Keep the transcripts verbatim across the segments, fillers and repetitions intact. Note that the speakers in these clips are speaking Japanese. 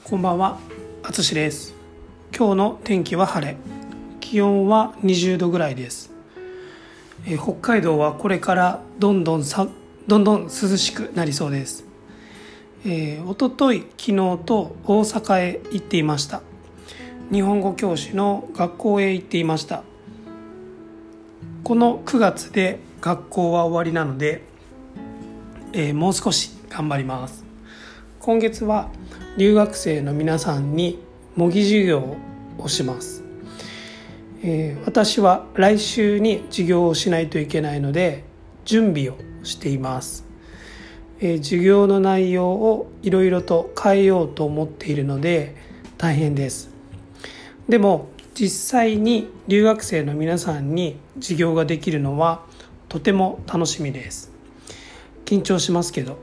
こんばんは、あつしです。今日の天気は晴れ、気温はにじゅうどぐらいです。えー、北海道はこれからどんどんさどんどん涼しくなりそうです。えー、おととい昨日と大阪へ行っていました。日本語教師の学校へ行っていました。このくがつで学校は終わりなので、えー、もう少し頑張ります。今月は留学生の皆さんに模擬授業をします。えー、私は来週に授業をしないといけないので準備をしています。えー、授業の内容をいろいろと変えようと思っているので大変です。でも実際に留学生の皆さんに授業ができるのはとても楽しみです。緊張しますけど、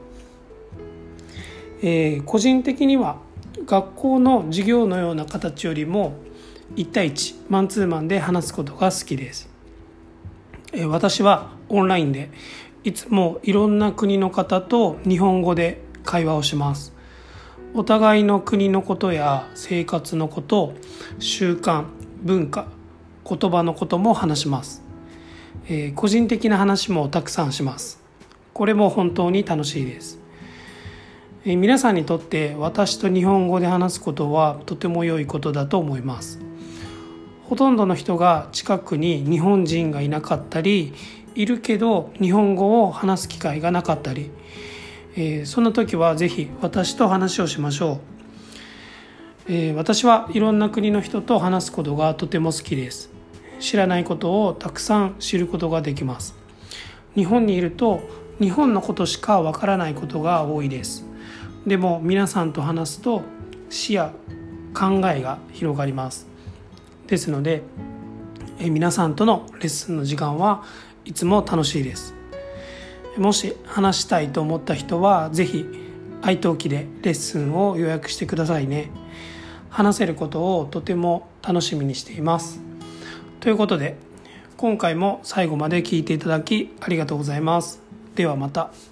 えー、個人的には学校の授業のような形よりもいち対いちマンツーマンで話すことが好きです。えー、私はオンラインでいつもいろんな国の方と日本語で会話をします。お互いの国のことや生活のこと、習慣、文化、言葉のことも話します。えー、個人的な話もたくさんします。これも本当に楽しいです。えー、皆さんにとって私と日本語で話すことはとても良いことだと思います。ほとんどの人が近くに日本人がいなかったり、いるけど日本語を話す機会がなかったり、えー、その時はぜひ私と話をしましょう。えー、私はいろんな国の人と話すことがとても好きです。知らないことをたくさん知ることができます。日本にいると日本のことしかわからないことが多いです。でも皆さんと話すと視野、考えが広がります。ですので、えー、皆さんとのレッスンの時間はいつも楽しいです。もし話したいと思った人はぜひiTalkiでレッスンを予約してくださいね。話せることをとても楽しみにしています。ということで今回も最後まで聞いていただきありがとうございます。ではまた。